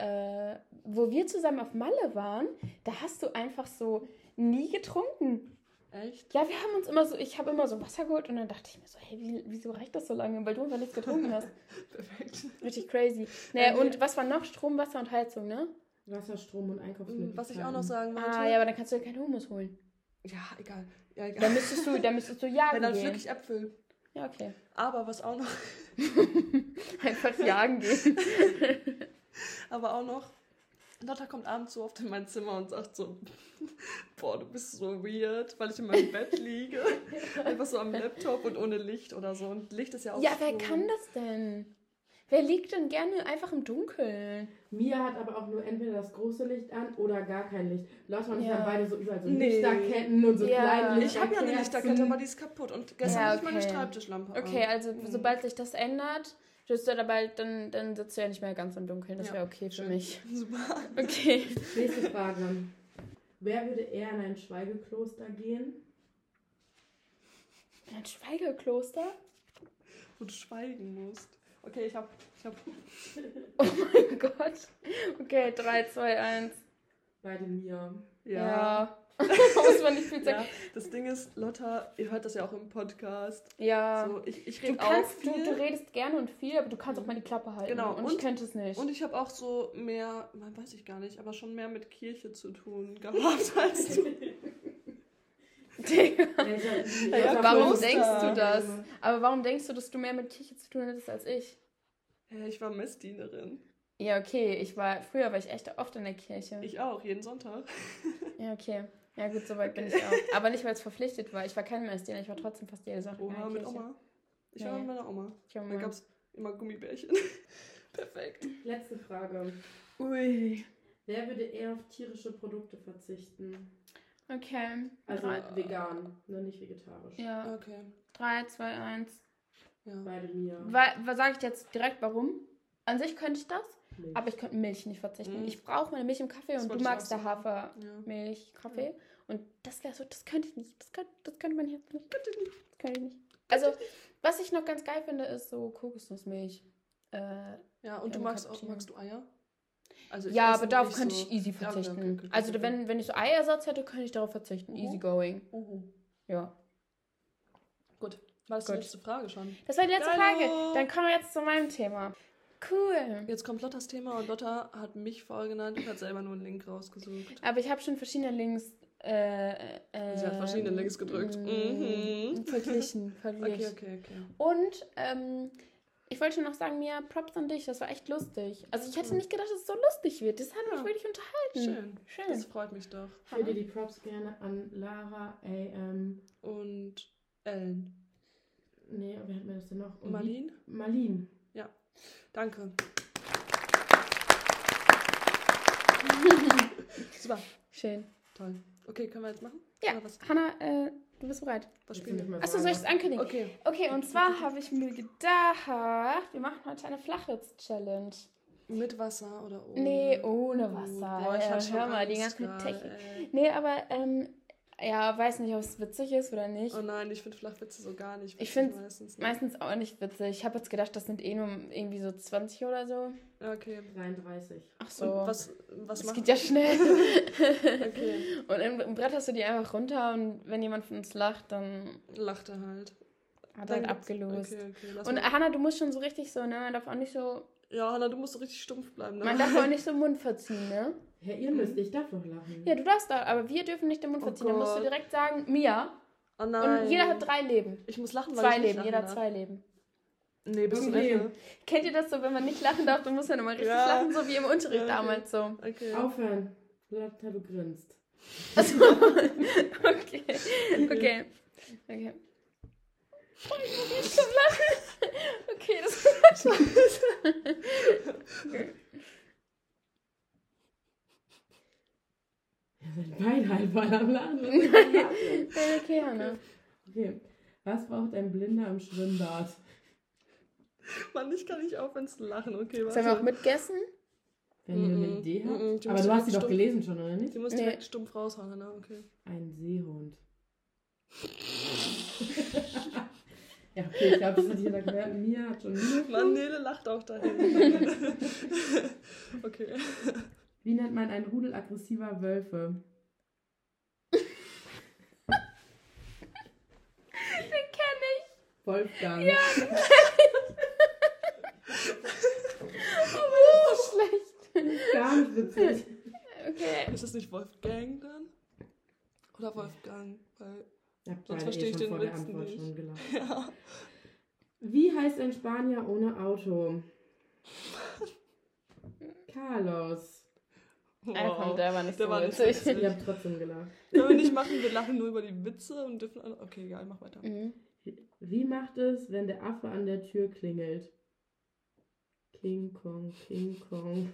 wo wir zusammen auf Malle waren, da hast du einfach so nie getrunken. Echt? Ja, wir haben uns immer so, ich habe immer so Wasser geholt und dann dachte ich mir so, hey, wieso reicht das so lange? Weil du einfach nichts getrunken hast. Perfekt. Richtig crazy. Naja, Nee. und was war noch? Strom, Wasser und Heizung, ne? Wasser, Strom und Einkaufsmöglichkeiten. Was ich auch noch sagen wollte. Ah, ja, aber dann kannst du dir keinen Hummus holen. Ja, egal. Ja, egal. Dann müsstest du Weil jagen dann gehen. pflück ich Äpfel. Ja, okay. Aber was auch noch. Einfach jagen gehen. Aber auch noch. Lotta kommt abends so oft in mein Zimmer und sagt so, boah, du bist so weird, weil ich in meinem Bett liege. Einfach so am Laptop und ohne Licht oder so. Und Licht ist ja auch Ja, so. wer kann das denn? Wer liegt denn gerne einfach im Dunkeln? Mia hat aber auch nur entweder das große Licht an oder gar kein Licht. Lotta und ich Ja. haben beide so überall so Nee. Lichterketten und so Ja. kleine Ich habe ja eine Lichterkerzen. Lichterkette, aber die ist kaputt. Und gestern Ja, hatte ich meine okay. Schreibtischlampe an. Okay, also sobald sich das ändert, dann sitzt du ja nicht mehr ganz im Dunkeln. Das Ja, wäre okay für schön. mich. Super. Okay. Nächste Frage. Wer würde eher in ein Schweigekloster gehen? Ein Schweigekloster? Wo du schweigen musst. Okay, ich hab. Oh mein Gott. Okay, 3, 2, 1. Beide Mia. Ja. Muss man nicht viel sagen. Ja, das Ding ist, Lotta, ihr hört das ja auch im Podcast. Ja. So, ich rede auch viel. Du redest gerne und viel, aber du kannst auch mal die Klappe halten. Genau. Und ich könnte es nicht. Und ich habe auch so mehr, man weiß ich gar nicht, aber schon mehr mit Kirche zu tun gehabt als du. Digga. Ja, Warum Kloster. denkst du das? Aber warum denkst du, dass du mehr mit Kirche zu tun hättest als ich? Ja, ich war Messdienerin. Ja, okay. Früher war ich echt oft in der Kirche. Ich auch, jeden Sonntag. Ja, okay. Ja gut, soweit bin ich auch. Aber nicht, weil es verpflichtet war. Ich war keine Messdiener, ich war trotzdem fast jede Sonntag in der Oha, mit Kirche. Oma. Ich war mit meiner Oma. Da gab es immer Gummibärchen. Perfekt. Letzte Frage. Ui. Wer würde eher auf tierische Produkte verzichten? Okay. Also vegan, ne, nicht vegetarisch. Ja. Okay. 3, 2, 1. Ja. Beide Mia. Was sage ich jetzt direkt, warum? An sich könnte ich das, Milch. aber ich könnte Milch nicht verzichten. Ich brauche meine Milch im Kaffee Das und wollte du ich magst auch da sagen. Hafermilch, Kaffee. Und das wäre so, das könnte ich nicht. Das könnte mein Herz nicht. Das könnte ich nicht. Also, was ich noch ganz geil finde, ist so Kokosnussmilch. Ja, und du magst du Eier? Also ich Ja, esse aber darauf nicht könnte so- ich easy Ja, okay, verzichten. okay. Also, wenn ich so Eiersatz hätte, könnte ich darauf verzichten. Easy going. Ja. Gut. War das die Gut. letzte Frage schon? Das war die letzte Geilo. Frage. Dann kommen wir jetzt zu meinem Thema. Cool. Jetzt kommt Lottas Thema und Lotta hat mich vorher genannt und hat selber nur einen Link rausgesucht. Aber ich habe schon verschiedene Links. Sie hat verschiedene Links gedrückt. Verglichen. Okay. Und ich wollte noch sagen, Mia, Props an dich. Das war echt lustig. Also ich hätte nicht gedacht, dass es so lustig wird. Das hat mich wirklich unterhalten. Schön. Das freut mich doch. Ich würde die Props gerne an Lara, AM. Und Ellen. Nee, wer hat mir das denn noch? Und Marlene? Marlene. Ja. Danke. Super. Schön. Toll. Okay, können wir jetzt machen? Ja, Oder was? Hanna, du bist bereit. Was Jetzt spielen nicht wir? mehr Achso, soll ich es ankündigen? Okay. Okay, und zwar habe ich mir gedacht, wir machen heute eine Flachwitz-Challenge. Mit Wasser oder ohne? Nee, ohne Wasser. Boah, ich hatte schon Hör mal, die Angst ganze gerade, Technik. ey. Nee, aber, ja, weiß nicht, ob es witzig ist oder nicht. Oh nein, ich finde Flachwitze so gar nicht witzig. Ich finde meistens nicht. meistens auch nicht witzig. Ich habe jetzt gedacht, das sind eh nur irgendwie so 20 oder so. Okay. 33. Ach so. Und was das macht geht ja schnell. Okay. Und im Brett hast du die einfach runter und wenn jemand von uns lacht, dann Lacht er halt. hat er Dann halt gibt's- abgelost. Okay, lass Und mal. Hanna, du musst schon so richtig so, ne? Man darf auch nicht so, Ja, Hanna, du musst so richtig stumpf bleiben. Ne? man darf auch nicht so den Mund verziehen, ne? Ja, ihr müsst, ich darf doch lachen. Ja, du darfst da, aber wir dürfen nicht den Mund Oh verziehen. Dann musst du Gott. direkt sagen, Mia. Oh nein. Und jeder hat 3 Leben. Ich muss lachen, weil 2 ich nicht Leben, lachen jeder darf. 2 Leben. Nee, bist du Okay. weg? Kennt ihr das so, wenn man nicht lachen darf, dann muss man immer richtig Ja. lachen, so wie im Unterricht Ja, okay. damals so. Okay. Aufhören. Lotta, du grinst. Also, okay. Okay. Okay. Oh, ich muss jetzt schon lachen. Okay, das ist okay. Ihr seid beide einfach am Lachen. Okay, Hanna. Okay. Was braucht ein Blinder im Schwimmbad? Mann, ich kann nicht aufhören zu lachen. Okay, Sollen wir auch mitgessen? Wenn ihr eine Idee habt. Die Aber musst du hast sie doch stumpf- gelesen schon, oder nicht? Die muss Nee. direkt stumpf raushauen, ne? Okay. Ein Seehund. Ja, okay, ich glaube, das hat jeder gehört. Mia hat schon wieder. Mann, Nele lacht auch dahin. Okay. Wie nennt man ein Rudel aggressiver Wölfe? Den kenne ich. Wolfgang. Ja, den kenn ich. Oh, das ist so schlecht. Gar nicht witzig. Okay. Ist das nicht Wolfgang dann? Oder Wolfgang? Weil, Ich hab Sonst beide verstehe ich schon den vor der Witz Antwort nicht. schon gelacht. ja. Wie heißt ein Spanier ohne Auto? Carlos. Ja, komm, der war nicht Der so war nicht witzig. witzig. Ich hab trotzdem gelacht. Können wir nicht machen, wir lachen nur über die Witze und dürfen alle... Okay, egal, mach weiter. Mhm. Wie macht es, wenn der Affe an der Tür klingelt? King Kong, King Kong.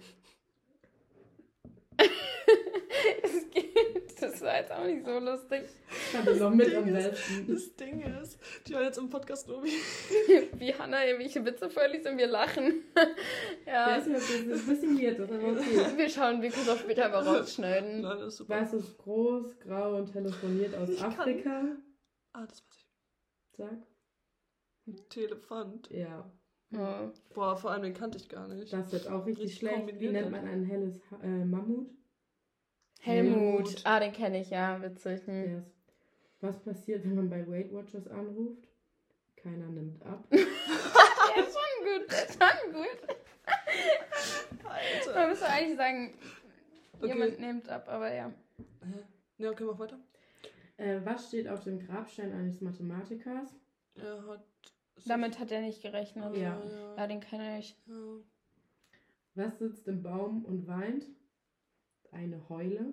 Es geht. Das war jetzt auch nicht so lustig. Ich hatte noch mit am besten. Das Ding ist, die hören jetzt im Podcast nur wie... Wie Hanna irgendwelche Witze vorliest und wir lachen. Ja, Ja. das ist ein bisschen weird, das ist aber okay. Wir schauen, wir können es auch später einfach rausschneiden. Nein, das ist super. Was ist groß, grau und telefoniert aus Ich kann- Afrika? Ah, das weiß ich. Sag. Ein Telefant. Ja. Ja. Boah, vor allem den kannte ich gar nicht. Das ist jetzt auch richtig Richtig schlecht. Wie kombiniert, nennt man ein helles Mammut? Helmut. Ah, den kenne ich, ja, witzig. Der ist, was passiert, wenn man bei Weight Watchers anruft? Keiner nimmt ab. Der ist schon gut, der ist schon gut. Alter. Man müsste eigentlich sagen, Okay. jemand nimmt ab, aber ja. Ja, okay, mach weiter. Was steht auf dem Grabstein eines Mathematikers? Er hat... Damit hat er nicht gerechnet. Ja. Ja, den kenne ich. Ja. Was sitzt im Baum und weint? Eine Heule.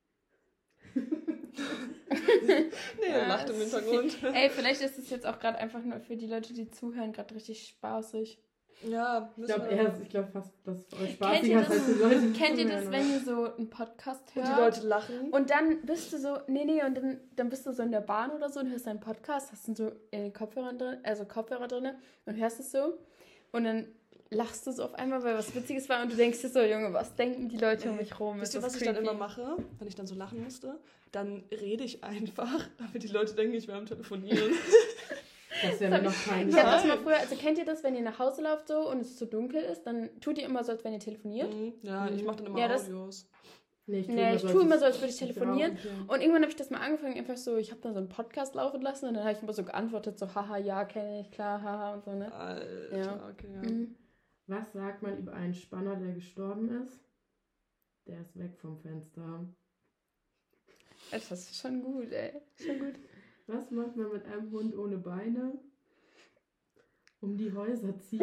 Nee, er lacht im Hintergrund. Ey, vielleicht ist es jetzt auch gerade einfach nur für die Leute, die zuhören, gerade richtig spaßig. Ja, Ich glaube fast, dass es euch Spaß Kennt ihr hat, als die Leute die Kennt ihr das, zuhören. wenn ihr so einen Podcast Und hört? die Leute lachen. Und dann bist du so, und dann bist du so in der Bahn oder so und hörst einen Podcast, hast dann so in den Kopfhörern drin, Kopfhörer drin und hörst es so und dann lachst du so auf einmal, weil was Witziges war und du denkst dir so, Junge, was denken die Leute um mich rum? Wisst ihr, was ich dann immer mache, wenn ich dann so lachen musste? Dann rede ich einfach, damit die Leute denken, ich wäre am Telefonieren. Das wäre mir noch peinlich. Ich habe das mal früher, also kennt ihr das, wenn ihr nach Hause lauft so und es zu dunkel ist, dann tut ihr immer so, als wenn ihr telefoniert? Ja, ich mache dann immer Ja, das- Audios. Nee, Ich tue immer so, als würde ich telefonieren. Okay. Und irgendwann habe ich das mal angefangen, einfach so, ich habe dann so einen Podcast laufen lassen und dann habe ich immer so geantwortet, so, haha, ja, kenne ich, klar, haha und so, ne? Alter, Ja. okay, ja. Mhm. Was sagt man über einen Spanner, der gestorben ist? Der ist weg vom Fenster. Das ist schon gut, ey. Schon gut. Was macht man mit einem Hund ohne Beine? Um die Häuser ziehen.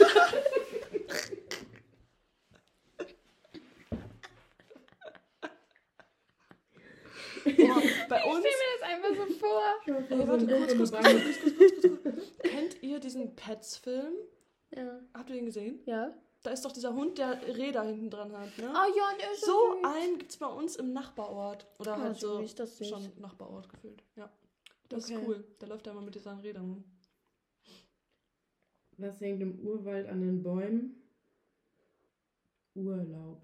Boah, bei Ich uns... stelle mir das einfach so vor. Ey, warte, kurz. Kennt ihr diesen Pets-Film? Ja. Habt ihr den gesehen? Ja? Da ist doch dieser Hund, der Räder hinten dran hat, ne? Oh ja, der ist So süß. einen gibt's bei uns im Nachbarort. Oder Ah, halt so so ist das süß. schon Nachbarort gefühlt. Ja. Das Okay. ist cool. Der läuft da immer mit diesen Rädern rum. Was hängt im Urwald an den Bäumen? Urlaub.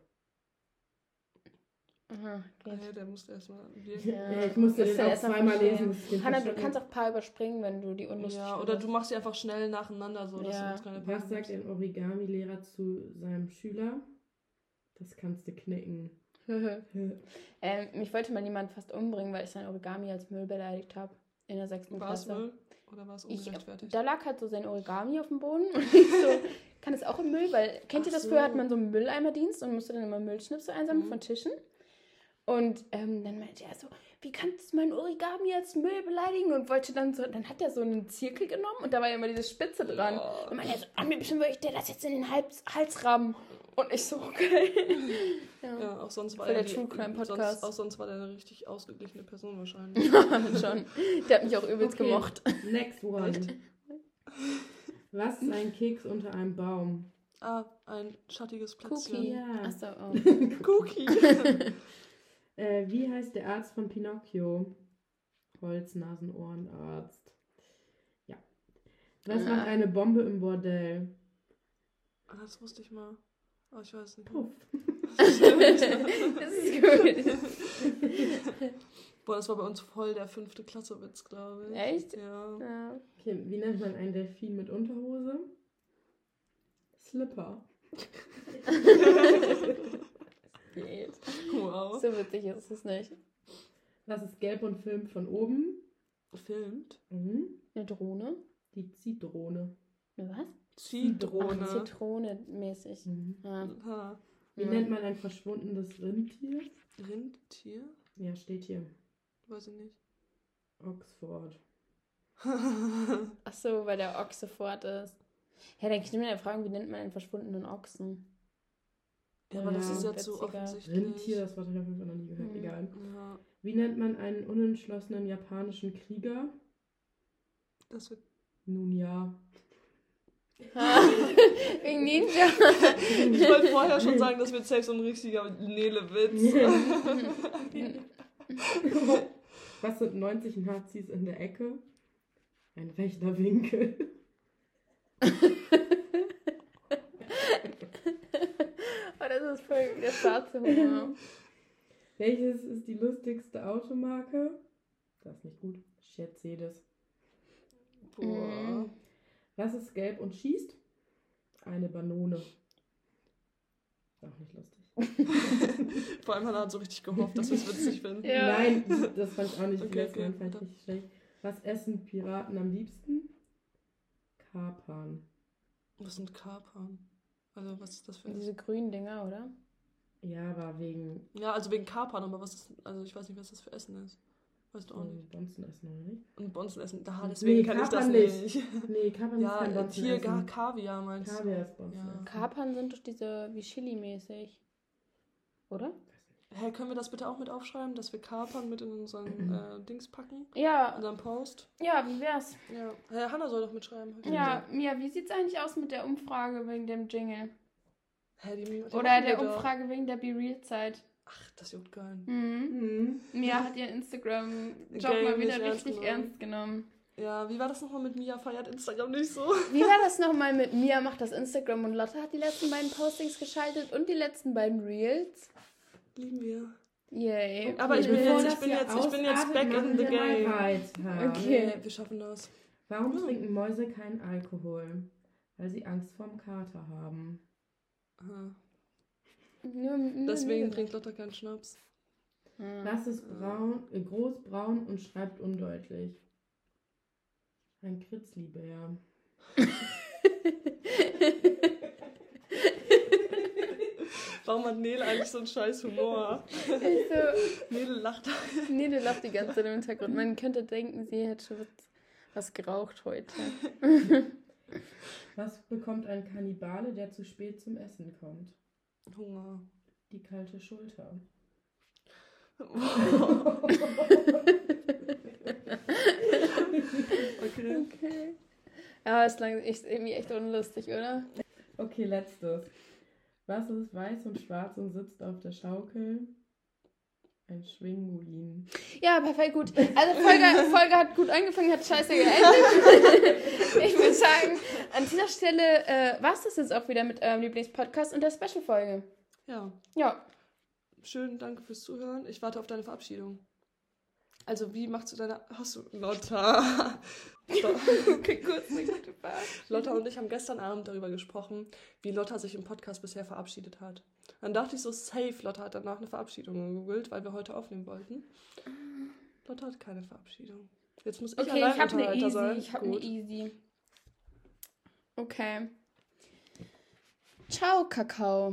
Aha, geht. Hey, der musste erstmal. Ja. Ich musste Das den ist ja auch erst mal zweimal verstehen. lesen. bis ich den Hanna, du verstanden kannst habe. auch ein paar überspringen, wenn du die unlustig Ja, oder findest. du machst sie einfach schnell nacheinander so. Dass Ja. du uns keine Was Pause sagt ein Origami-Lehrer zu seinem Schüler? Das kannst du knicken. Mich wollte mal jemand fast umbringen, weil ich sein Origami als Müll beleidigt habe. In der 6. War es Klasse. Müll oder war es ungerechtfertigt? Da lag halt so sein Origami auf dem Boden und ich so, kann es auch im Müll? Weil, kennt ihr das? so. Früher hat man so einen Mülleimerdienst und musste dann immer Müllschnipsel einsammeln von Tischen. Und dann meinte er so, wie kannst du mein Origami als Müll beleidigen? Und wollte dann so, dann hat er so einen Zirkel genommen und da war ja immer diese Spitze dran. Oh. Und meinte er so, am liebsten würde ich dir das jetzt in den Hals rammen. Und ich so, okay. Ja, auch sonst war Voll er der True Crime Podcast. Auch sonst war der eine richtig ausgeglichene Person wahrscheinlich. Schon. Der hat mich auch übelst Okay. gemocht. Next one. Was ist ein Keks unter einem Baum? Ein schattiges Cookie. Plätzchen. Ja. Achso, oh. Cookie. Wie heißt der Arzt von Pinocchio? Holznasenohrenarzt. Ja. Was Ja. macht eine Bombe im Bordell? Das wusste ich mal. Aber ich weiß nicht. Puff. Das ist gut. Boah, das war bei uns voll der 5. Klasse-Witz, glaube ich. Echt? Ja. Ja. Okay, wie nennt man einen Delfin mit Unterhose? Slipper. Geht. Wow. So witzig ist es nicht. Was ist gelb und filmt von oben? Filmt. Mhm. Eine Drohne? Die Zitrone. Eine was? Zitrone. Ach, Zitrone-mäßig. Mhm. Ja. Aha. Wie nennt man ein verschwundenes Rindtier? Rindtier? Ja, steht hier. Weiß ich nicht. Oxford. Ach so, weil der Ochse fort ist. Ja, dann kann ich mir ja fragen, wie nennt man einen verschwundenen Ochsen? Ja, aber das Ja, ist ja zu witziger. offensichtlich. Rindtier, das Wort habe ich auf jeden Fall noch nie gehört. Mhm. Egal. Ja, Wie nennt man einen unentschlossenen japanischen Krieger? das wird... Nun ja. Wegen Ninja. Ich wollte vorher schon sagen, das wird safe so ein richtiger Nele-Witz. Was sind 90 Nazis in der Ecke? Ein rechter Winkel. Oh, das ist voll der schwarze Humor. Welches ist die lustigste Automarke? Das ist nicht gut. Mercedes. Boah. Was ist gelb und schießt? eine Banone. Auch nicht lustig. Vor allem Hannah hat so richtig gehofft, dass wir es witzig finden. Ja. Nein, das fand ich auch nicht Okay, witzig. okay, Fand ich richtig schlecht. Was essen Piraten am liebsten? Kapern. Was sind Kapern? Also was ist das für Diese grünen Dinger, oder? Ja, aber wegen Ja, also wegen Kapern, aber was ist, also ich weiß nicht, was das für Essen ist. Weißt du auch nicht. Bonzen essen, oder nicht? Und Bonzenessen, deswegen kann ich das Kapern nicht. Nee, Kapern ist kein Ja, Bonzen hier essen. Kaviar meinst du? Kaviar ist Bonzen Ja. essen. Kapern sind doch diese wie Chili-mäßig. Oder? Hey, können wir das bitte auch mit aufschreiben, dass wir Kapern mit in unseren Dings packen? Ja, Unseren Post? ja, wie wär's? Ja. Hey, Hannah soll doch mitschreiben. hab ich Ja, gesagt. Mia, wie sieht's eigentlich aus mit der Umfrage wegen dem Jingle? Hä, die Oder machen der wir doch. Umfrage wegen der Be-Real-Zeit? Ach, das juckt keinen. Mhm. Mia hat ihren Instagram-Job Game mal wieder nicht ernst richtig genommen. ernst genommen. Ja, wie war das nochmal mit Mia? Feiert Instagram nicht so? Wie war das nochmal mit Mia macht das Instagram und Lotte hat die letzten beiden Postings geschaltet und die letzten beiden Reels? Lieben wir. Yay. Aber ich bin Bevor jetzt- das ich bin hier jetzt back ausartet, in the machen wir mal game. weiter. Okay. Nee, wir schaffen das. Warum trinken Mäuse keinen Alkohol? Weil sie Angst vorm Kater haben. Aha. Nur Deswegen trinkt Lotta keinen Schnaps. Was ist groß, braun und schreibt undeutlich? Ein Kritzlibär. Warum hat Nele eigentlich so einen scheiß Humor? Nele lacht. Nee, der lacht die ganze Zeit im Hintergrund. Man könnte denken, sie hätte was geraucht heute. Was bekommt ein Kannibale, der zu spät zum Essen kommt? Hunger. Die kalte Schulter. Okay. Ja, ist irgendwie echt unlustig, oder? Okay, letztes. Was ist weiß und schwarz und sitzt auf der Schaukel? Ein Schwinguin. Ja, perfekt, gut. Also Folge hat gut angefangen, hat scheiße geendet. Ich würde sagen, an dieser Stelle war es das jetzt auch wieder mit eurem Lieblingspodcast und der Special-Folge. Ja. Ja. Schön, danke fürs Zuhören. Ich warte auf deine Verabschiedung. Also, wie machst du deine... Hast du... Lotta. Okay, kurz eine gute Frage. Lotta und ich haben gestern Abend darüber gesprochen, wie Lotta sich im Podcast bisher verabschiedet hat. Dann dachte ich so, safe, Lotta hat danach eine Verabschiedung gegoogelt, weil wir heute aufnehmen wollten. Lotta hat keine Verabschiedung. Jetzt muss ich Okay, allein ich habe eine Unterhalter Easy. sein. Ich habe eine Gut. Easy. Okay. Ciao, Kakao.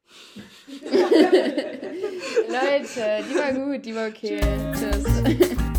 Leute, die war gut, die war okay. Tschüss.